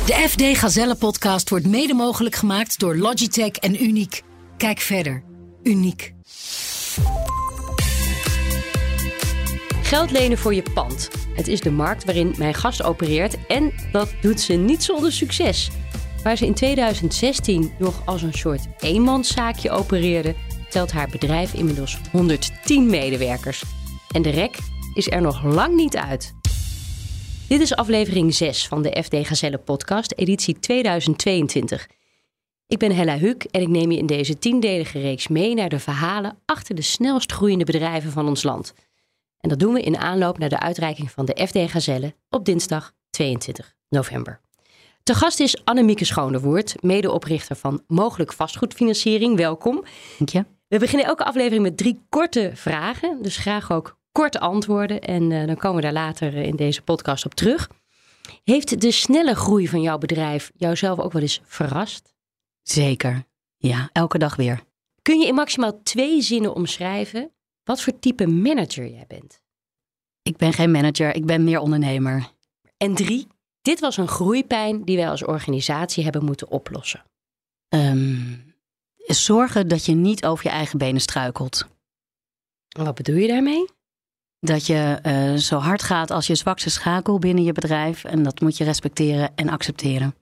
De FD Gazelle podcast wordt mede mogelijk gemaakt door Logitech en Uniek. Kijk verder. Uniek. Geld lenen voor je pand. Het is de markt waarin mijn gast opereert en dat doet ze niet zonder succes. Waar ze in 2016 nog als een soort eenmanszaakje opereerde, telt haar bedrijf inmiddels 110 medewerkers. En de rek is er nog lang niet uit. Dit is aflevering 6 van de FD Gazelle podcast, editie 2022. Ik ben Hella Huuk en ik neem je in deze 10-delige reeks mee naar de verhalen achter de snelst groeiende bedrijven van ons land. En dat doen we in aanloop naar de uitreiking van de FD Gazelle op dinsdag 22 november. Te gast is Annemieke Schonewoert, medeoprichter van Mogelijk Vastgoedfinanciering. Welkom. Dank je. We beginnen elke aflevering met 3 korte vragen, dus graag ook korte antwoorden. En dan komen we daar later in deze podcast op terug. Heeft de snelle groei van jouw bedrijf jouzelf ook wel eens verrast? Zeker. Ja, elke dag weer. Kun je in maximaal 2 zinnen omschrijven wat voor type manager jij bent? Ik ben geen manager, ik ben meer ondernemer. En 3, dit was een groeipijn die wij als organisatie hebben moeten oplossen. Zorgen dat je niet over je eigen benen struikelt. En wat bedoel je daarmee? Dat je zo hard gaat als je zwakste schakel binnen je bedrijf. En dat moet je respecteren en accepteren.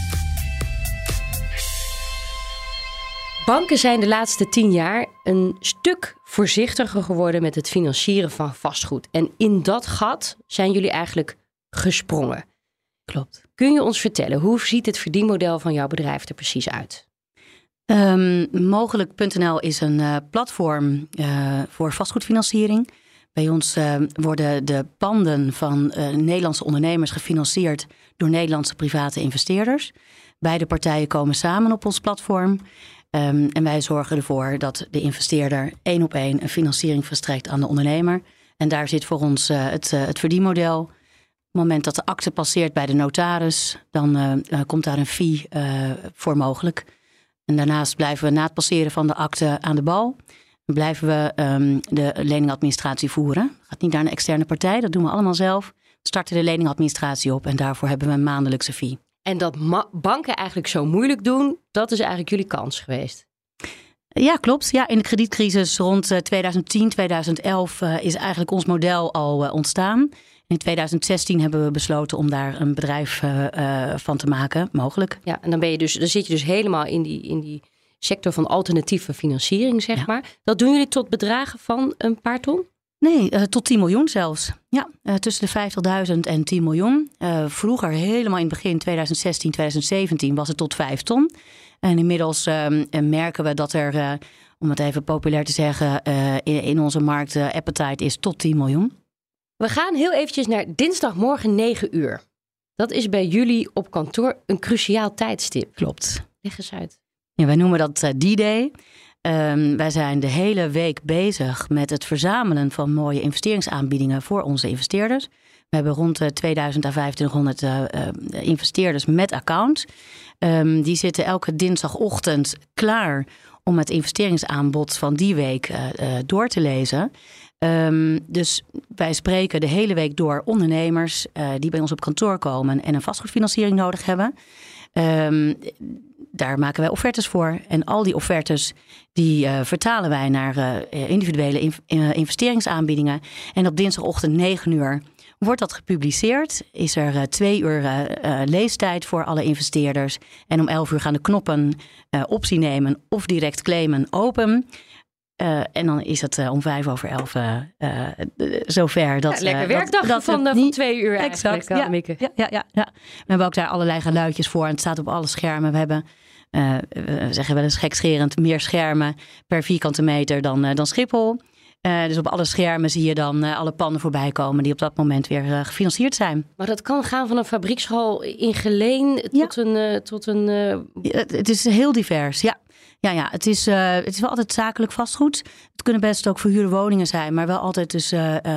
Banken zijn de laatste 10 jaar een stuk voorzichtiger geworden met het financieren van vastgoed. En in dat gat zijn jullie eigenlijk gesprongen. Klopt. Kun je ons vertellen, hoe ziet het verdienmodel van jouw bedrijf er precies uit? Mogelijk.nl is een platform voor vastgoedfinanciering. Bij ons worden de panden van Nederlandse ondernemers gefinancierd door Nederlandse private investeerders. Beide partijen komen samen op ons platform. En wij zorgen ervoor dat de investeerder 1 op 1 een financiering verstrekt aan de ondernemer. En daar zit voor ons het verdienmodel. Op het moment dat de akte passeert bij de notaris, dan komt daar een fee voor mogelijk. En daarnaast blijven we na het passeren van de akte aan de bal. Dan blijven we de leningadministratie voeren. Gaat niet naar een externe partij, dat doen we allemaal zelf. Starten de leningadministratie op en daarvoor hebben we een maandelijkse fee. En dat banken eigenlijk zo moeilijk doen, dat is eigenlijk jullie kans geweest. Ja, klopt. Ja, in de kredietcrisis rond 2010, 2011 is eigenlijk ons model al ontstaan. In 2016 hebben we besloten om daar een bedrijf van te maken, mogelijk. Ja, en dan zit je dus helemaal in die sector van alternatieve financiering, zeg maar. Dat doen jullie tot bedragen van een paar ton? Nee, tot 10 miljoen zelfs. Ja, tussen de 50.000 en 10 miljoen. Vroeger, helemaal in het begin 2016, 2017, was het tot 5 ton. En inmiddels merken we dat er, om het even populair te zeggen, in onze markt appetite is tot 10 miljoen. We gaan heel eventjes naar dinsdagmorgen 9 uur. Dat is bij jullie op kantoor een cruciaal tijdstip. Klopt. Leg eens uit. Ja, wij noemen dat D-Day. Wij zijn de hele week bezig met het verzamelen van mooie investeringsaanbiedingen voor onze investeerders. We hebben rond 2000 à 2500 investeerders met account. Die zitten elke dinsdagochtend klaar om het investeringsaanbod van die week door te lezen. Dus wij spreken de hele week door ondernemers die bij ons op kantoor komen en een vastgoedfinanciering nodig hebben. Daar maken wij offertes voor. En al die offertes die vertalen wij naar individuele investeringsaanbiedingen. En op dinsdagochtend 9 uur wordt dat gepubliceerd. Is er 2 uur leestijd voor alle investeerders. En om 11 uur gaan de knoppen optie nemen of direct claimen open. En dan is het om 11:05 zover. Dat, lekker werkdag van 2 uur eigenlijk. Exact, ja. We hebben ook daar allerlei geluidjes voor. En het staat op alle schermen. We hebben, we zeggen wel eens gekscherend, meer schermen per vierkante meter dan Schiphol. Dus op alle schermen zie je dan alle panden voorbij komen die op dat moment weer gefinancierd zijn. Maar dat kan gaan van een fabriekshal in Geleen tot een... Het is heel divers, ja. Ja, het is wel altijd zakelijk vastgoed. Het kunnen best ook verhuurde woningen zijn, maar wel altijd dus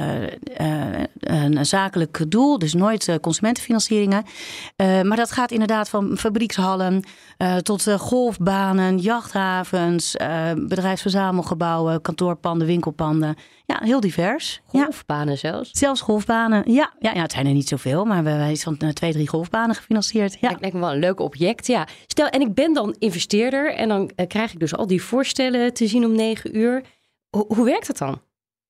een zakelijk doel. Dus nooit consumentenfinancieringen. Maar dat gaat inderdaad van fabriekshallen tot golfbanen, jachthavens, bedrijfsverzamelgebouwen, kantoorpanden, winkelpanden. heel divers. Golfbanen zelfs? Zelfs golfbanen, ja. Het zijn er niet zoveel, maar wij zijn 2-3 golfbanen gefinancierd. Ja. Lijkt me wel een leuk object, ja. Stel, en ik ben dan investeerder en dan krijg ik dus al die voorstellen te zien om 9 uur. Hoe werkt dat dan?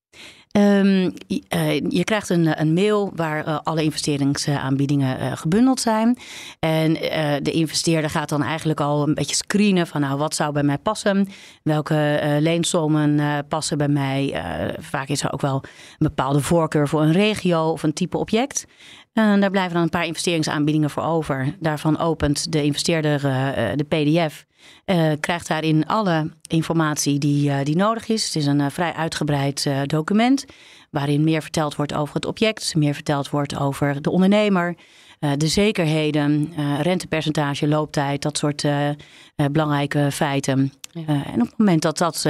Je krijgt een mail waar alle investeringsaanbiedingen gebundeld zijn. En de investeerder gaat dan eigenlijk al een beetje screenen van wat zou bij mij passen. Welke leensommen passen bij mij. Vaak is er ook wel een bepaalde voorkeur voor een regio of een type object. Daar blijven dan een paar investeringsaanbiedingen voor over. Daarvan opent de investeerder de PDF. Krijgt daarin alle informatie die nodig is. Het is een vrij uitgebreid document waarin meer verteld wordt over het object, meer verteld wordt over de ondernemer, de zekerheden, rentepercentage, looptijd, dat soort belangrijke feiten. Ja. En op het moment dat dat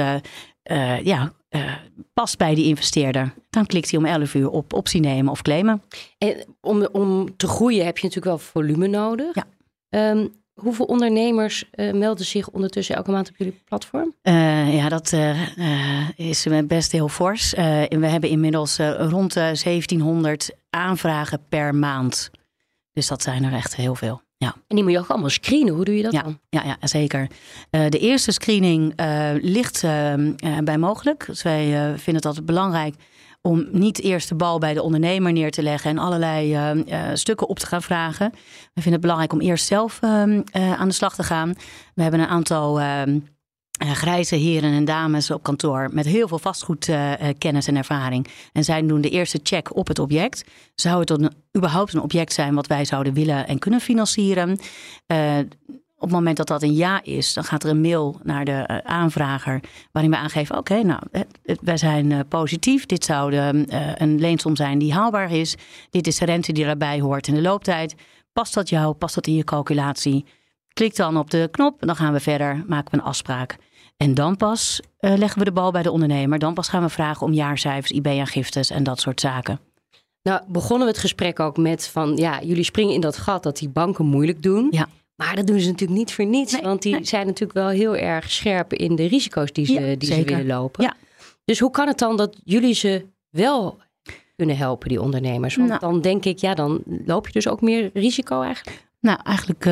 past bij die investeerder, dan klikt hij om 11 uur op optie nemen of claimen. En om te groeien heb je natuurlijk wel volume nodig. Ja. Hoeveel ondernemers melden zich ondertussen elke maand op jullie platform? Dat is best heel fors. We hebben inmiddels rond de 1700 aanvragen per maand. Dus dat zijn er echt heel veel. Ja. En die moet je ook allemaal screenen. Hoe doe je dat dan? Ja, zeker. De eerste screening ligt bij mogelijk. Dus wij vinden het belangrijk om niet eerst de bal bij de ondernemer neer te leggen en allerlei stukken op te gaan vragen. We vinden het belangrijk om eerst zelf aan de slag te gaan. We hebben een aantal grijze heren en dames op kantoor met heel veel vastgoedkennis en ervaring. En zij doen de eerste check op het object. Zou het dan überhaupt een object zijn wat wij zouden willen en kunnen financieren? Op het moment dat dat een ja is, dan gaat er een mail naar de aanvrager waarin we aangeven, oké, wij zijn positief. Dit zou een leensom zijn die haalbaar is. Dit is de rente die daarbij hoort in de looptijd. Past dat jou? Past dat in je calculatie? Klik dan op de knop, dan gaan we verder, maken we een afspraak. En dan pas leggen we de bal bij de ondernemer. Dan pas gaan we vragen om jaarcijfers, IB-aangiftes en dat soort zaken. Nou, begonnen we het gesprek ook met van, jullie springen in dat gat dat die banken moeilijk doen. Ja. Maar dat doen ze natuurlijk niet voor niets. Nee, want die zijn natuurlijk wel heel erg scherp in de risico's die ze willen lopen. Ja. Dus hoe kan het dan dat jullie ze wel kunnen helpen, die ondernemers? Want dan denk ik, dan loop je dus ook meer risico eigenlijk. Nou, eigenlijk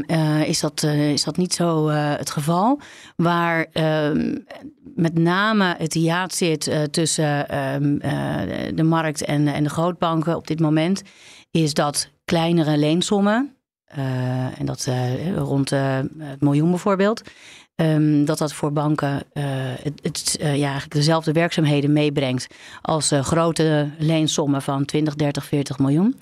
is dat niet zo het geval. Waar met name het hiaat zit tussen de markt en de grootbanken op dit moment, is dat kleinere leensommen, en dat rond het miljoen bijvoorbeeld, dat voor banken eigenlijk dezelfde werkzaamheden meebrengt als grote leensommen van 20, 30, 40 miljoen.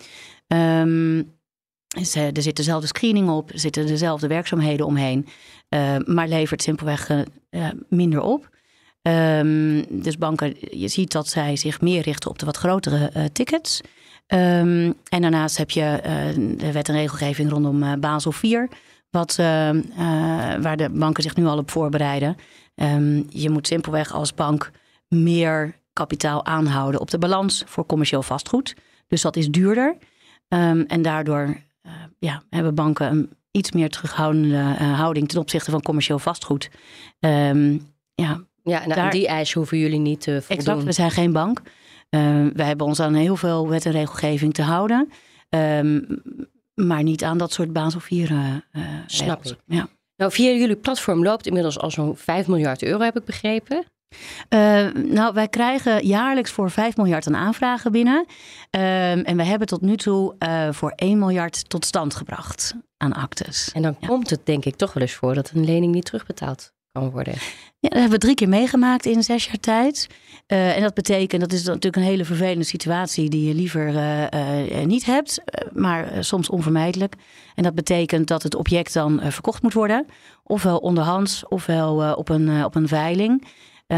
Er zit dezelfde screening op, er zitten dezelfde werkzaamheden omheen, maar levert simpelweg minder op. Dus banken, je ziet dat zij zich meer richten op de wat grotere tickets. En daarnaast heb je de wet en regelgeving rondom Basel IV, waar de banken zich nu al op voorbereiden. Je moet simpelweg als bank meer kapitaal aanhouden op de balans voor commercieel vastgoed. Dus dat is duurder. En daardoor hebben banken een iets meer terughoudende houding ten opzichte van commercieel vastgoed. En aan die eis hoeven jullie niet te voldoen. Exact, we zijn geen bank. Wij hebben ons aan heel veel wet en regelgeving te houden. Maar niet aan dat soort Basel IV Snap ik. Ja. Nou, via jullie platform loopt inmiddels al zo'n 5 miljard euro, heb ik begrepen. Wij krijgen jaarlijks voor 5 miljard aan aanvragen binnen. En we hebben tot nu toe voor 1 miljard tot stand gebracht aan actes. En dan komt het denk ik toch wel eens voor dat een lening niet terugbetaald kan worden. Ja, dat hebben we 3 keer meegemaakt in 6 jaar tijd. En dat betekent, dat is natuurlijk een hele vervelende situatie die je liever niet hebt, maar soms onvermijdelijk. En dat betekent dat het object dan verkocht moet worden. Ofwel onderhands, ofwel op een veiling.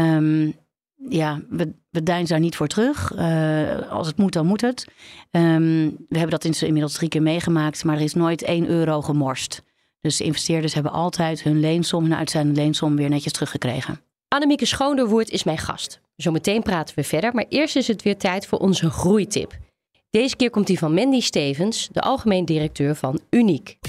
We deinzen daar niet voor terug. Als het moet, dan moet het. We hebben dat inmiddels 3 keer meegemaakt, maar er is nooit 1 euro gemorst. Dus de investeerders hebben altijd hun uitstaande leensom weer netjes teruggekregen. Annemieke Schoonderwoerd is mijn gast. Zometeen praten we verder, maar eerst is het weer tijd voor onze groeitip. Deze keer komt die van Mandy Stevens, de algemeen directeur van Uniek.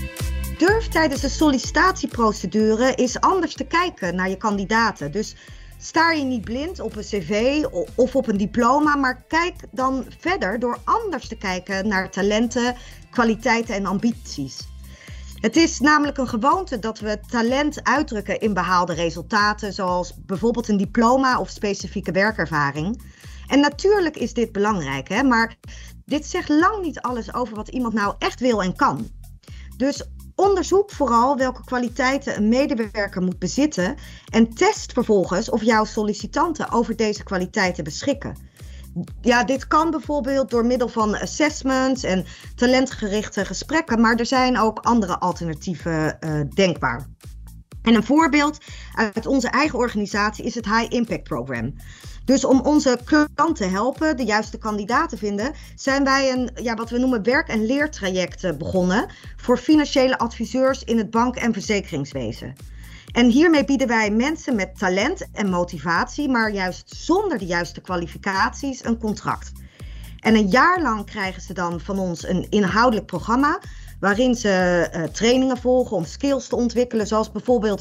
Durf tijdens de sollicitatieprocedure eens anders te kijken naar je kandidaten. Dus Staar je niet blind op een cv of op een diploma, maar kijk dan verder door anders te kijken naar talenten, kwaliteiten en ambities. Het is namelijk een gewoonte dat we talent uitdrukken in behaalde resultaten, zoals bijvoorbeeld een diploma of specifieke werkervaring. En natuurlijk is dit belangrijk, hè? Maar dit zegt lang niet alles over wat iemand nou echt wil en kan. Dus onderzoek vooral welke kwaliteiten een medewerker moet bezitten en test vervolgens of jouw sollicitanten over deze kwaliteiten beschikken. Ja, dit kan bijvoorbeeld door middel van assessments en talentgerichte gesprekken, maar er zijn ook andere alternatieven denkbaar. En een voorbeeld uit onze eigen organisatie is het High Impact Program. Dus om onze klanten te helpen, de juiste kandidaat te vinden, zijn wij een wat we noemen werk- en leertraject begonnen voor financiële adviseurs in het bank- en verzekeringswezen. En hiermee bieden wij mensen met talent en motivatie, maar juist zonder de juiste kwalificaties, een contract. En een jaar lang krijgen ze dan van ons een inhoudelijk programma waarin ze trainingen volgen om skills te ontwikkelen, zoals bijvoorbeeld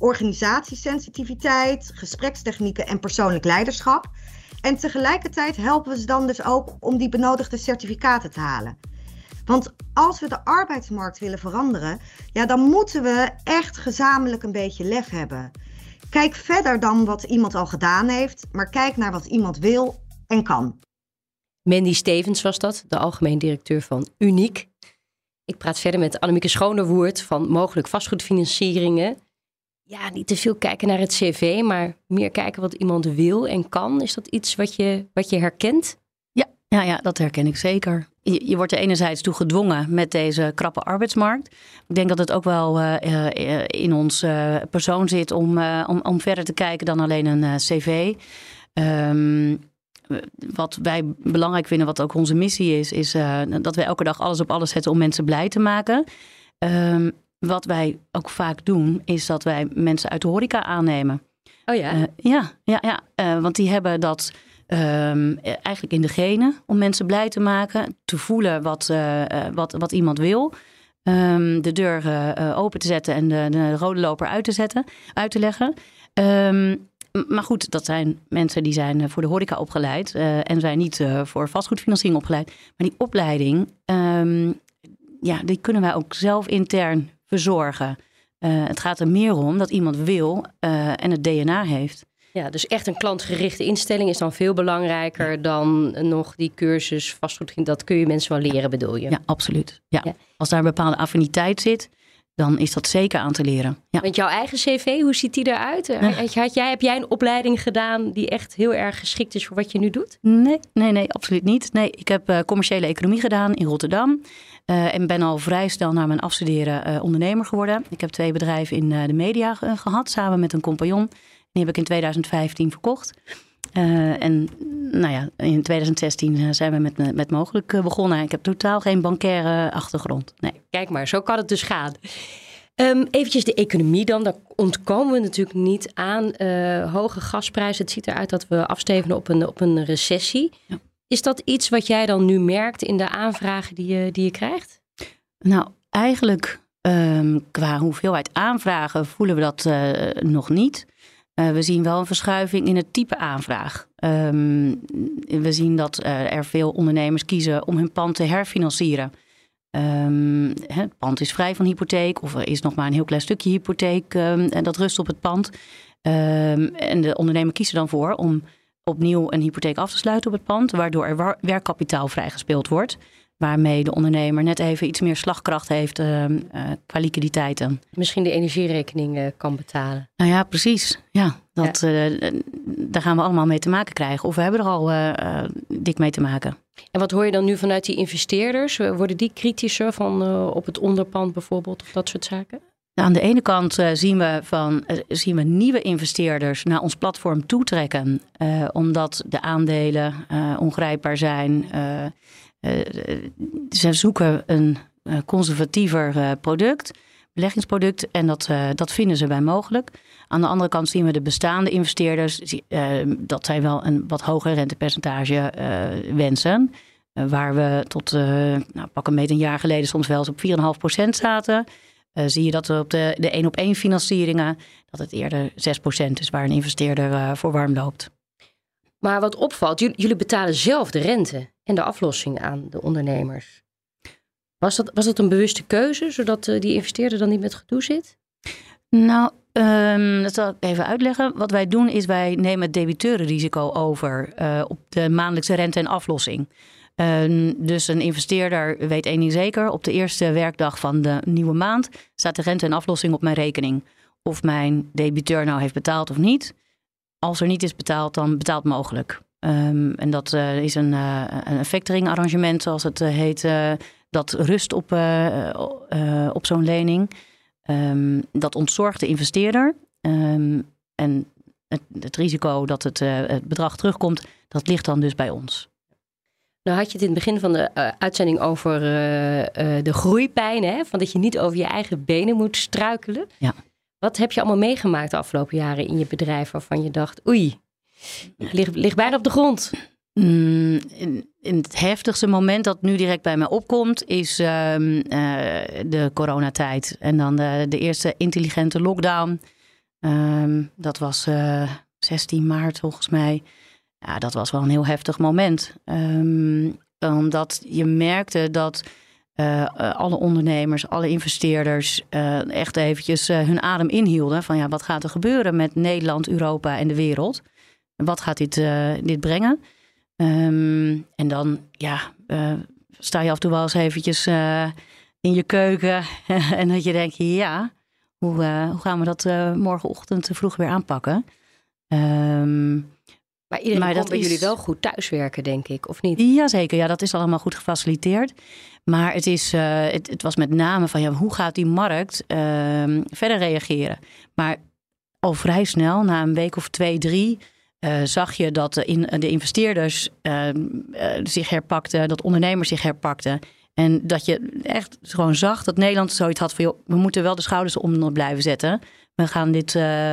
organisatiesensitiviteit, gesprekstechnieken en persoonlijk leiderschap. En tegelijkertijd helpen we ze dan dus ook om die benodigde certificaten te halen. Want als we de arbeidsmarkt willen veranderen, dan moeten we echt gezamenlijk een beetje lef hebben. Kijk verder dan wat iemand al gedaan heeft, maar kijk naar wat iemand wil en kan. Mandy Stevens was dat, de algemeen directeur van Uniek. Ik praat verder met Annemieke Schonewoert van Mogelijk Vastgoedfinancieringen. Ja, niet te veel kijken naar het cv, maar meer kijken wat iemand wil en kan. Is dat iets wat je herkent? Ja, dat herken ik zeker. Je wordt er enerzijds toe gedwongen met deze krappe arbeidsmarkt. Ik denk dat het ook wel in ons persoon zit om verder te kijken dan alleen een cv. Wat wij belangrijk vinden, wat ook onze missie is dat we elke dag alles op alles zetten om mensen blij te maken. Wat wij ook vaak doen, is dat wij mensen uit de horeca aannemen. Oh ja? Want die hebben dat eigenlijk in de genen om mensen blij te maken. Te voelen wat iemand wil. De deur open te zetten en de rode loper uit te leggen. Maar goed, dat zijn mensen die zijn voor de horeca opgeleid en zijn niet voor vastgoedfinanciering opgeleid. Maar die opleiding, die kunnen wij ook zelf intern verzorgen. Het gaat er meer om dat iemand wil en het DNA heeft. Ja, dus echt een klantgerichte instelling is dan veel belangrijker dan nog die cursus vastgoed. Dat kun je mensen wel leren, bedoel je? Ja, absoluut. Ja. Als daar een bepaalde affiniteit zit, dan is dat zeker aan te leren. Ja. Want jouw eigen cv, hoe ziet die eruit? Heb jij een opleiding gedaan die echt heel erg geschikt is voor wat je nu doet? Nee, absoluut niet. Nee, ik heb commerciële economie gedaan in Rotterdam. En ben al vrij snel na mijn afstuderen ondernemer geworden. Ik heb 2 bedrijven in de media gehad, samen met een compagnon. Die heb ik in 2015 verkocht. In 2016 zijn we met Mogelijk begonnen. Ik heb totaal geen bankaire achtergrond. Nee. Kijk maar, zo kan het dus gaan. Eventjes de economie dan. Daar ontkomen we natuurlijk niet aan. Hoge gasprijzen. Het ziet eruit dat we afstevenen op een recessie. Ja. Is dat iets wat jij dan nu merkt in de aanvragen die je krijgt? Nou, eigenlijk qua hoeveelheid aanvragen voelen we dat nog niet. We zien wel een verschuiving in het type aanvraag. We zien dat er veel ondernemers kiezen om hun pand te herfinancieren. Het pand is vrij van hypotheek of er is nog maar een heel klein stukje hypotheek en dat rust op het pand. En de ondernemer kiest er dan voor om opnieuw een hypotheek af te sluiten op het pand, waardoor er werkkapitaal vrijgespeeld wordt. Waarmee de ondernemer net even iets meer slagkracht heeft qua liquiditeiten. Misschien de energierekening kan betalen. Nou ja, precies. Ja, daar gaan we allemaal mee te maken krijgen. Of we hebben er al dik mee te maken. En wat hoor je dan nu vanuit die investeerders? Worden die kritischer van op het onderpand bijvoorbeeld of dat soort zaken? Nou, aan de ene kant zien we nieuwe investeerders naar ons platform toetrekken. Omdat de aandelen ongrijpbaar zijn. Ze zoeken een conservatiever beleggingsproduct en dat vinden ze bij Mogelijk. Aan de andere kant zien we de bestaande investeerders dat zij wel een wat hoger rentepercentage wensen. Waar we tot pak een beetje een jaar geleden soms wel eens op 4,5% zaten. zie je dat op de 1-op-1 financieringen dat het eerder 6% is waar een investeerder voor warm loopt. Maar wat opvalt, jullie betalen zelf de rente en de aflossing aan de ondernemers. Was dat een bewuste keuze, zodat die investeerder dan niet met gedoe zit? Nou, dat zal ik even uitleggen. Wat wij doen is wij nemen het debiteurenrisico over op de maandelijkse rente en aflossing. Dus een investeerder weet één ding zeker. Op de eerste werkdag van de nieuwe maand staat de rente en aflossing op mijn rekening. Of mijn debiteur nou heeft betaald of niet. Als er niet is betaald, dan betaalt mogelijk. En dat is een factoring arrangement, zoals het heet. Dat rust op zo'n lening. Dat ontzorgt de investeerder. En het risico dat het bedrag terugkomt, dat ligt dan dus bij ons. Nou had je het in het begin van de uitzending over de groeipijn. Hè? Van dat je niet over je eigen benen moet struikelen. Ja. Wat heb je allemaal meegemaakt de afgelopen jaren in je bedrijf waarvan je dacht, oei, ligt bijna op de grond? In het heftigste moment dat nu direct bij mij opkomt is de coronatijd. En dan de eerste intelligente lockdown. Dat was 16 maart volgens mij. Ja, dat was wel een heel heftig moment. Omdat je merkte dat alle ondernemers, alle investeerders echt eventjes hun adem inhielden. Van ja, wat gaat er gebeuren met Nederland, Europa en de wereld? Wat gaat dit brengen? En dan sta je af en toe wel eens eventjes in je keuken. En dat je denkt, ja, hoe gaan we dat morgenochtend vroeg weer aanpakken? Maar iedereen kon bij jullie wel goed thuiswerken, denk ik, of niet? Jazeker, ja, dat is allemaal goed gefaciliteerd. Maar het was met name van, ja, hoe gaat die markt verder reageren? Maar al vrij snel, na een week of 2, 3... zag je dat de investeerders zich herpakten, dat ondernemers zich herpakten. En dat je echt gewoon zag dat Nederland zoiets had van, joh, we moeten wel de schouders onder blijven zetten. We gaan dit,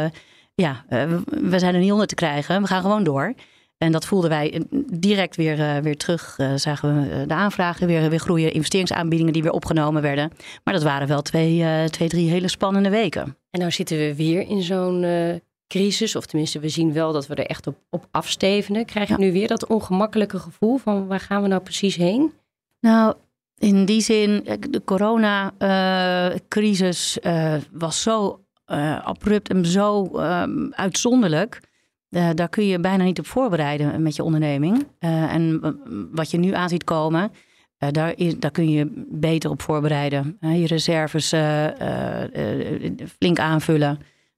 we zijn er niet onder te krijgen, we gaan gewoon door. En dat voelden wij direct weer terug. Zagen we de aanvragen weer groeien, investeringsaanbiedingen die weer opgenomen werden. Maar dat waren wel 2, 3 hele spannende weken. En nou zitten we weer in zo'n crisis, of tenminste we zien wel dat we er echt op afstevenen. Krijg je nu weer dat ongemakkelijke gevoel van waar gaan we nou precies heen? Nou, in die zin, de coronacrisis was zo abrupt en zo uitzonderlijk. Daar kun je bijna niet op voorbereiden met je onderneming. En wat je nu aan ziet komen, daar kun je beter op voorbereiden. Je reserves flink aanvullen.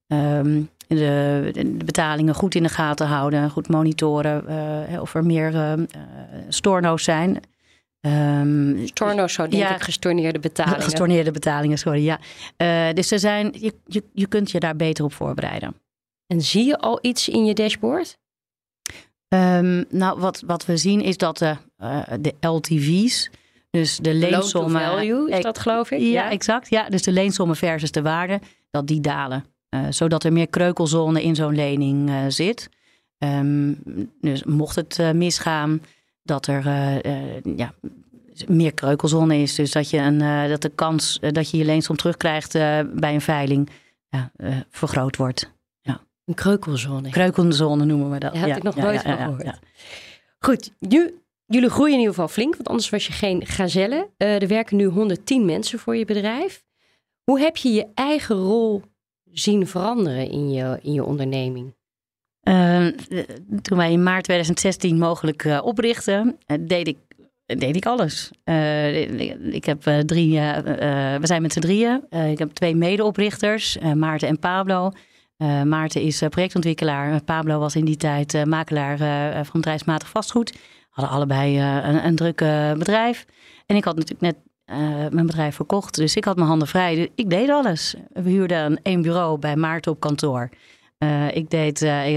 De betalingen goed in de gaten houden. Goed monitoren of er meer storno's zijn. Storno's zou denk ik gestorneerde betalingen. Gestorneerde betalingen, sorry. Ja. Dus je kunt je daar beter op voorbereiden. En zie je al iets in je dashboard? Nou, wat we zien is dat de LTV's, dus de leensommen... Loan to value is dat, geloof ik? Ja, exact. Ja, dus de leensommen versus de waarde, dat die dalen. Zodat er meer kreukelzone in zo'n lening zit. Dus mocht het misgaan, dat er meer kreukelzone is. Dus dat dat de kans dat je leensom terugkrijgt bij een veiling vergroot wordt. Ja. Een kreukelzone. Kreukelzone noemen we dat. Daar heb ik nog nooit van gehoord. Ja. Goed, jullie groeien in ieder geval flink, want anders was je geen gazelle. Er werken nu 110 mensen voor je bedrijf. Hoe heb je je eigen rol zien veranderen in je onderneming? Toen wij in maart 2016 mogelijk oprichten, deed ik alles. Ik heb we zijn met z'n drieën. Ik heb 2 medeoprichters, Maarten en Pablo. Maarten is projectontwikkelaar. Pablo was in die tijd makelaar van bedrijfsmatig vastgoed. Hadden allebei een druk bedrijf. En ik had natuurlijk net mijn bedrijf verkocht. Dus ik had mijn handen vrij. Dus ik deed alles. We huurden 1 bureau bij Maarten op kantoor. Ik deed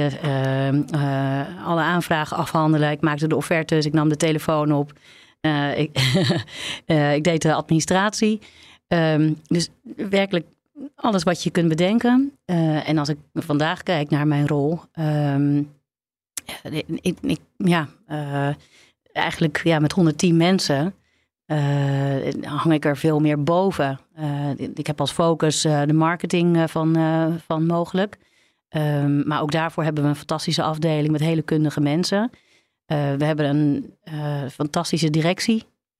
alle aanvragen afhandelen. Ik maakte de offertes. Ik nam de telefoon op. Ik deed de administratie. Dus werkelijk alles wat je kunt bedenken. En als ik vandaag kijk naar mijn rol. Eigenlijk met 110 mensen hang ik er veel meer boven. Ik heb als focus de marketing van mogelijk. Maar ook daarvoor hebben we een fantastische afdeling met hele kundige mensen. We hebben een fantastische directie.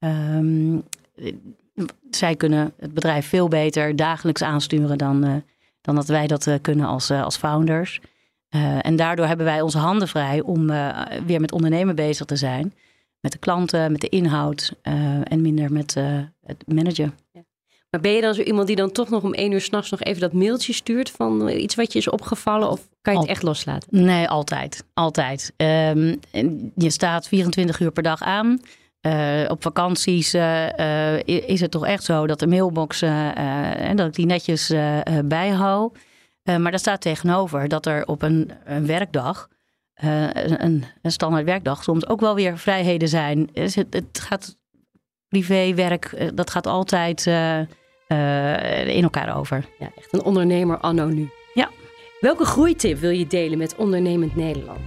Zij kunnen het bedrijf veel beter dagelijks aansturen dan dat wij dat kunnen als founders. En daardoor hebben wij onze handen vrij om weer met ondernemen bezig te zijn. Met de klanten, met de inhoud en minder met het managen. Ja. Maar ben je dan zo iemand die dan toch nog om 1 uur 's nachts nog even dat mailtje stuurt van iets wat je is opgevallen? Of kan je het echt loslaten? Nee, altijd. Je staat 24 uur per dag aan. Op vakanties is het toch echt zo dat de mailbox, dat ik die netjes bijhoud. Maar daar staat tegenover dat er op een werkdag, een standaard werkdag, soms ook wel weer vrijheden zijn. Het gaat privé, werk, dat gaat altijd in elkaar over. Ja, echt een ondernemer anno nu. Ja. Welke groeitip wil je delen met ondernemend Nederland?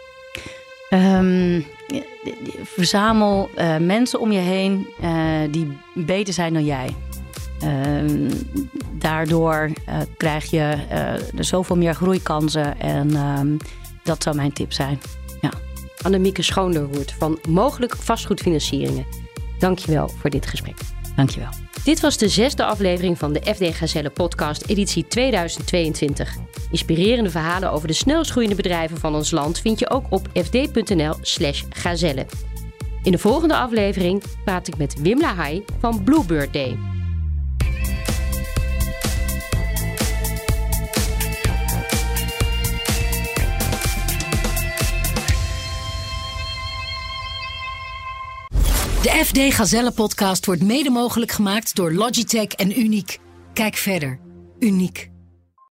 Verzamel mensen om je heen die beter zijn dan jij. Daardoor krijg je zoveel meer groeikansen en dat zou mijn tip zijn. Ja. Annemieke Schoonderhoert van Mogelijk Vastgoedfinancieringen. Dankjewel voor dit gesprek. Dankjewel. Dit was de 6e aflevering van de FD Gazelle podcast editie 2022. Inspirerende verhalen over de snelst groeiende bedrijven van ons land vind je ook op fd.nl/gazelle. In de volgende aflevering praat ik met Wim Lahai van Bluebird Day. De FD Gazelle podcast wordt mede mogelijk gemaakt door Logitech en Uniek. Kijk verder. Uniek.